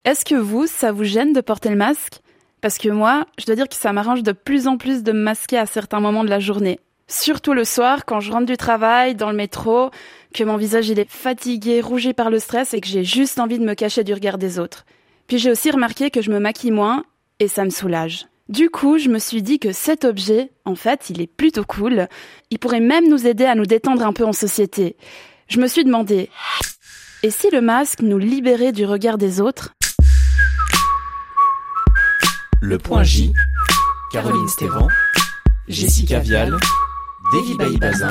Est-ce que ça vous gêne de porter le masque ? Parce que moi, je dois dire que ça m'arrange de plus en plus de me masquer à certains moments de la journée. Surtout le soir, quand je rentre du travail, dans le métro, que mon visage il est fatigué, rougi par le stress et que j'ai juste envie de me cacher du regard des autres. Puis j'ai aussi remarqué que je me maquille moins et ça me soulage. Du coup, je me suis dit que cet objet, en fait, il est plutôt cool. Il pourrait même nous aider à nous détendre un peu en société. Je me suis demandé, et si le masque nous libérait du regard des autres ? Le Point J, Caroline Stévan, Jessica Vial, Davy Bailly-Bazin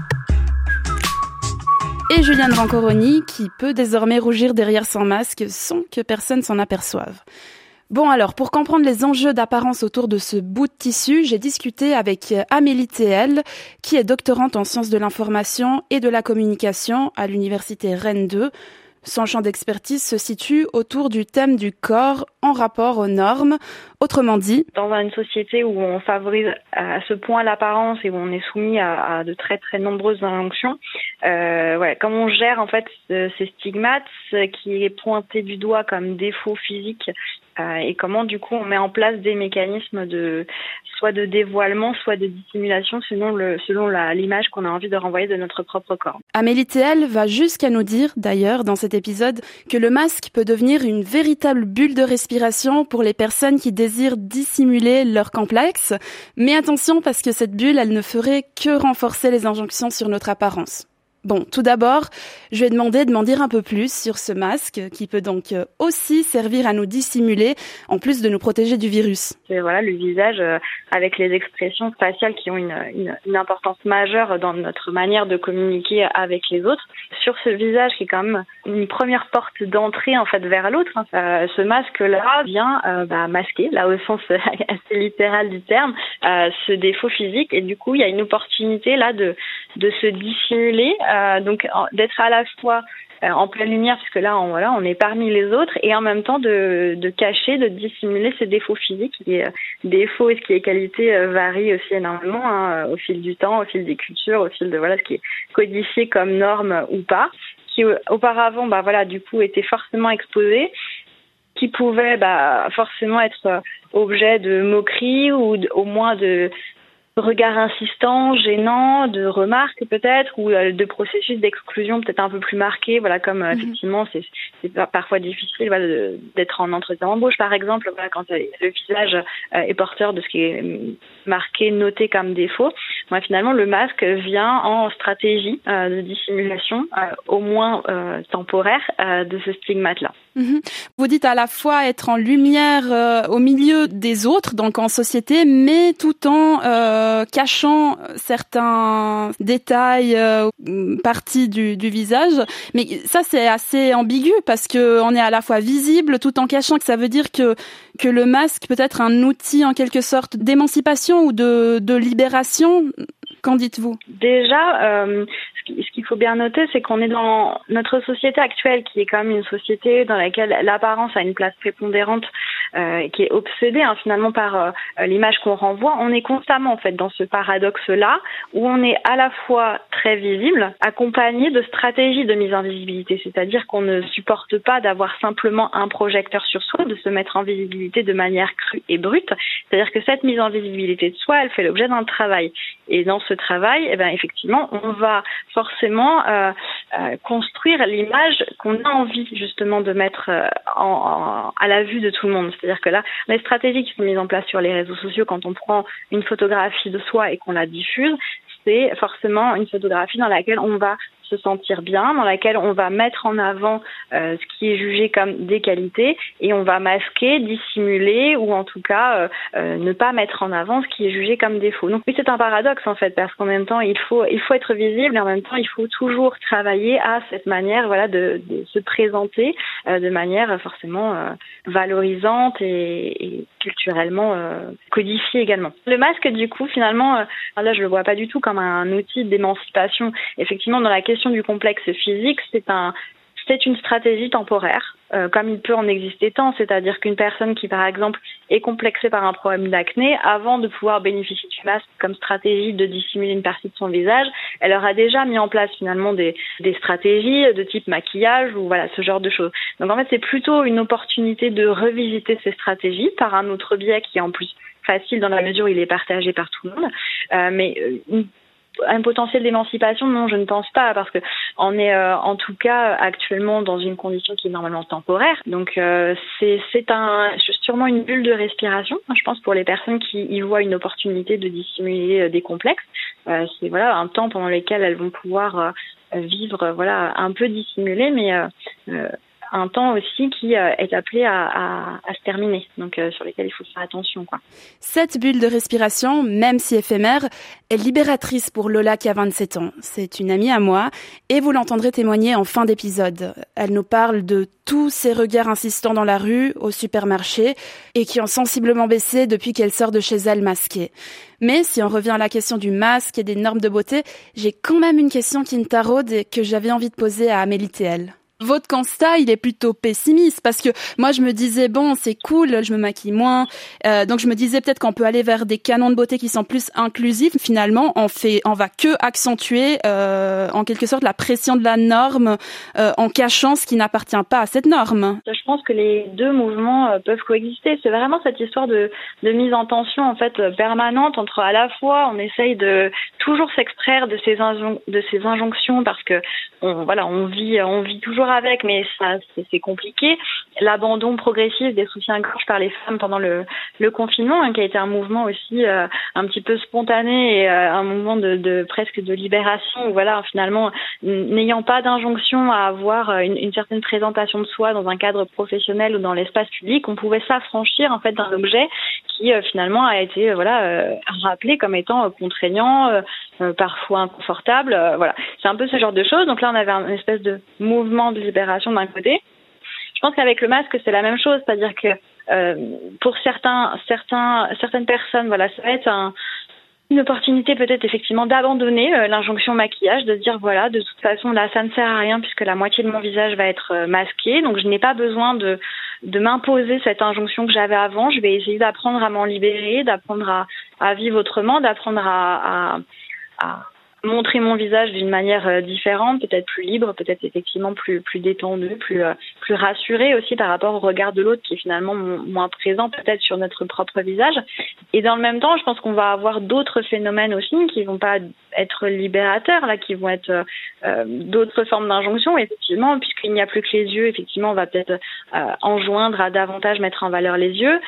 et Juliane Rancoroni qui peut désormais rougir derrière son masque sans que personne s'en aperçoive. Bon alors, pour comprendre les enjeux d'apparence autour de ce bout de tissu, j'ai discuté avec Amélie Théel, qui est doctorante en sciences de l'information et de la communication à l'université Rennes 2. Son champ d'expertise se situe autour du thème du corps en rapport aux normes. Autrement dit, dans une société où on favorise à ce point l'apparence et où on est soumis à de très très nombreuses injonctions, comment on gère en fait ces stigmates qui est pointé du doigt comme défaut physique et comment du coup on met en place des mécanismes soit de dévoilement, soit de dissimulation selon l'image qu'on a envie de renvoyer de notre propre corps. Amélie Théel va jusqu'à nous dire, d'ailleurs, dans cet épisode, que le masque peut devenir une véritable bulle de respiration pour les personnes qui désirent dissimuler leur complexe. Mais attention, parce que cette bulle, elle ne ferait que renforcer les injonctions sur notre apparence. Bon, tout d'abord, je vais demander de m'en dire un peu plus sur ce masque qui peut donc aussi servir à nous dissimuler en plus de nous protéger du virus. Et voilà, le visage avec les expressions faciales qui ont une importance majeure dans notre manière de communiquer avec les autres. Sur ce visage qui est quand même une première porte d'entrée en fait vers l'autre, ce masque-là vient masquer, là au sens assez littéral du terme, ce défaut physique et du coup il y a une opportunité là de se dissimuler. Donc d'être à la fois en pleine lumière puisque là on est parmi les autres et en même temps de cacher, de dissimuler ses défauts physiques. Les défauts et ce qui est qualité varient aussi énormément au fil du temps, au fil des cultures, au fil de ce qui est codifié comme norme ou pas, qui auparavant du coup était forcément exposé, qui pouvait forcément être objet de moquerie ou au moins de regards insistants, gênants, de remarques peut-être, ou de processus d'exclusion peut-être un peu plus marqués, comme effectivement c'est parfois difficile d'être en entretien d'embauche par exemple, quand le visage est porteur de ce qui est marqué, noté comme défaut. Finalement le masque vient en stratégie de dissimulation, au moins temporaire, de ce stigmate-là. Vous dites à la fois être en lumière au milieu des autres, donc en société, mais tout en cachant certains détails, parties du visage. Mais ça, c'est assez ambigu parce que on est à la fois visible tout en cachant, que ça veut dire que le masque peut être un outil en quelque sorte d'émancipation ou de libération. Qu'en dites-vous ? Déjà, ce qu'il faut bien noter, c'est qu'on est dans notre société actuelle, qui est quand même une société dans laquelle l'apparence a une place prépondérante, qui est obsédée finalement par l'image qu'on renvoie. On est constamment en fait dans ce paradoxe-là, où on est à la fois très visible, accompagné de stratégies de mise en visibilité, c'est-à-dire qu'on ne supporte pas d'avoir simplement un projecteur sur soi, de se mettre en visibilité de manière crue et brute. C'est-à-dire que cette mise en visibilité de soi, elle fait l'objet d'un travail. Et dans ce travail, effectivement, on va forcément construire l'image qu'on a envie justement de mettre à la vue de tout le monde. C'est-à-dire que là, les stratégies qui sont mises en place sur les réseaux sociaux, quand on prend une photographie de soi et qu'on la diffuse, c'est forcément une photographie dans laquelle on va se sentir bien, dans laquelle on va mettre en avant ce qui est jugé comme des qualités et on va masquer, dissimuler ou en tout cas ne pas mettre en avant ce qui est jugé comme défaut. Donc oui, c'est un paradoxe en fait, parce qu'en même temps il faut être visible et en même temps il faut toujours travailler à cette manière de se présenter de manière forcément valorisante et culturellement codifiée également. Le masque du coup finalement, là je le vois pas du tout comme un outil d'émancipation. Effectivement, dans la question du complexe physique, c'est c'est une stratégie temporaire, comme il peut en exister tant, c'est-à-dire qu'une personne qui, par exemple, est complexée par un problème d'acné, avant de pouvoir bénéficier du masque comme stratégie de dissimuler une partie de son visage, elle aura déjà mis en place finalement des stratégies de type maquillage ou voilà ce genre de choses. Donc en fait, c'est plutôt une opportunité de revisiter ces stratégies par un autre biais qui est en plus facile dans la mesure où il est partagé par tout le monde, un potentiel d'émancipation, non, je ne pense pas, parce que on est en tout cas actuellement dans une condition qui est normalement temporaire. Donc c'est sûrement une bulle de respiration, je pense, pour les personnes qui y voient une opportunité de dissimuler des complexes. C'est voilà un temps pendant lequel elles vont pouvoir vivre voilà un peu dissimulé, mais un temps aussi qui est appelé à se terminer, donc sur lesquels il faut faire attention, quoi. Cette bulle de respiration, même si éphémère, est libératrice pour Lola qui a 27 ans. C'est une amie à moi et vous l'entendrez témoigner en fin d'épisode. Elle nous parle de tous ces regards insistants dans la rue, au supermarché et qui ont sensiblement baissé depuis qu'elle sort de chez elle masquée. Mais si on revient à la question du masque et des normes de beauté, j'ai quand même une question qui me taraude et que j'avais envie de poser à Amélie Théel. Votre constat, il est plutôt pessimiste parce que moi je me disais bon c'est cool, je me maquille moins, donc je me disais peut-être qu'on peut aller vers des canons de beauté qui sont plus inclusifs. Finalement, on va que accentuer en quelque sorte la pression de la norme en cachant ce qui n'appartient pas à cette norme. Je pense que les deux mouvements peuvent coexister. C'est vraiment cette histoire de mise en tension en fait permanente entre à la fois on essaye de toujours s'extraire de ces injonctions parce que on vit toujours avec, mais ça c'est compliqué. L'abandon progressif des soutiens-gorge par les femmes pendant le confinement, qui a été un mouvement aussi un petit peu spontané et un mouvement de presque de libération. Où, voilà, finalement, n'ayant pas d'injonction à avoir une certaine présentation de soi dans un cadre professionnel ou dans l'espace public, on pouvait s'affranchir en fait d'un objet qui finalement a été rappelé comme étant contraignant, parfois inconfortable. Voilà, c'est un peu ce genre de choses. Donc là, on avait une espèce de mouvement de libération d'un côté. Je pense qu'avec le masque, c'est la même chose, c'est-à-dire que pour certaines personnes, voilà, ça va être une opportunité peut-être effectivement d'abandonner l'injonction maquillage, de se dire voilà, de toute façon là, ça ne sert à rien puisque la moitié de mon visage va être masqué, donc je n'ai pas besoin de m'imposer cette injonction que j'avais avant. Je vais essayer d'apprendre à m'en libérer, d'apprendre à vivre autrement, d'apprendre à montrer mon visage d'une manière différente, peut-être plus libre, peut-être effectivement plus détendu, plus rassuré aussi par rapport au regard de l'autre qui est finalement moins présent peut-être sur notre propre visage. Et dans le même temps, je pense qu'on va avoir d'autres phénomènes aussi qui vont pas être libérateurs, là, qui vont être d'autres formes d'injonction, effectivement, puisqu'il n'y a plus que les yeux, effectivement, on va peut-être enjoindre à davantage mettre en valeur les yeux.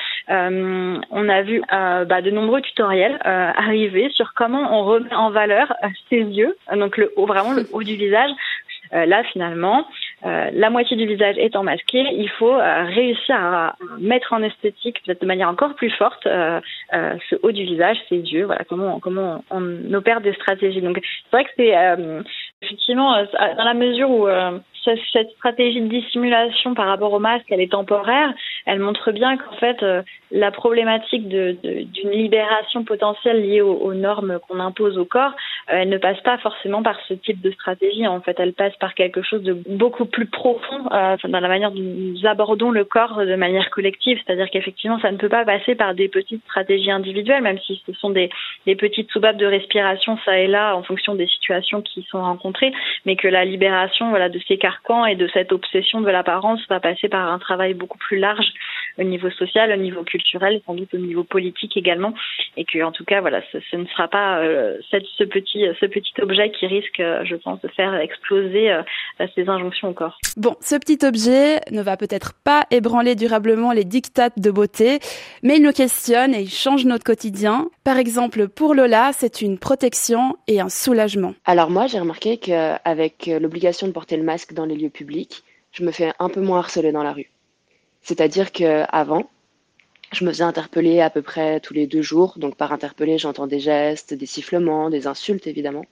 On a vu de nombreux tutoriels arriver sur comment on remet en valeur ses yeux, donc vraiment le haut du visage. Là, finalement, la moitié du visage étant masqué, il faut réussir à mettre en esthétique, peut-être de manière encore plus forte, ce haut du visage, ses yeux. Voilà comment on opère des stratégies. Donc, c'est vrai que c'est effectivement dans la mesure où cette stratégie de dissimulation par rapport au masque, elle est temporaire. Elle montre bien qu'en fait, la problématique d'une libération potentielle liée aux normes qu'on impose au corps, elle ne passe pas forcément par ce type de stratégie. En fait, elle passe par quelque chose de beaucoup plus profond dans la manière dont nous abordons le corps de manière collective. C'est-à-dire qu'effectivement, ça ne peut pas passer par des petites stratégies individuelles, même si ce sont des petites soupapes de respiration ça et là en fonction des situations qui sont rencontrées, mais que la libération, voilà, de ces carcans et de cette obsession de l'apparence va passer par un travail beaucoup plus large au niveau social, au niveau culturel, sans doute au niveau politique également, et que en tout cas, voilà, ce ne sera pas ce petit objet qui risque, je pense, de faire exploser ces injonctions au corps. Bon, ce petit objet ne va peut-être pas ébranler durablement les diktats de beauté, mais il nous questionne et il change notre quotidien. Par exemple, pour Lola, c'est une protection et un soulagement. Alors moi, j'ai remarqué qu'avec l'obligation de porter le masque dans les lieux publics, je me fais un peu moins harceler dans la rue. C'est-à-dire qu'avant, je me faisais interpeller à peu près tous les 2 jours. Donc par interpeller, j'entends des gestes, des sifflements, des insultes évidemment.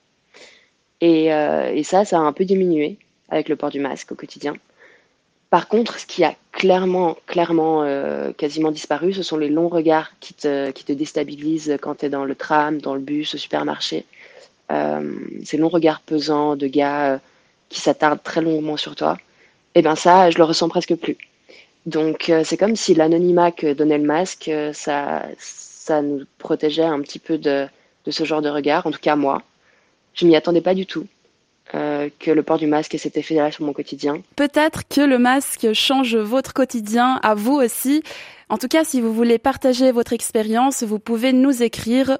Et ça a un peu diminué avec le port du masque au quotidien. Par contre, ce qui a clairement quasiment disparu, ce sont les longs regards qui te déstabilisent quand tu es dans le tram, dans le bus, au supermarché. Ces longs regards pesants de gars qui s'attardent très longuement sur toi. eh bien ça, je le ressens presque plus. Donc c'est comme si l'anonymat que donnait le masque, ça nous protégeait un petit peu de ce genre de regard, en tout cas moi. Je m'y attendais pas du tout, que le port du masque ait cet effet-là sur mon quotidien. Peut-être que le masque change votre quotidien à vous aussi. En tout cas, si vous voulez partager votre expérience, vous pouvez nous écrire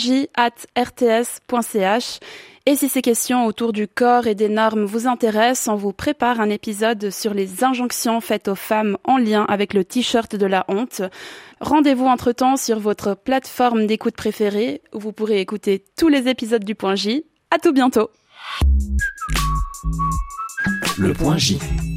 .j@rts.ch. Et si ces questions autour du corps et des normes vous intéressent, on vous prépare un épisode sur les injonctions faites aux femmes en lien avec le t-shirt de la honte. Rendez-vous entre-temps sur votre plateforme d'écoute préférée où vous pourrez écouter tous les épisodes du Point J. À tout bientôt. Le Point J.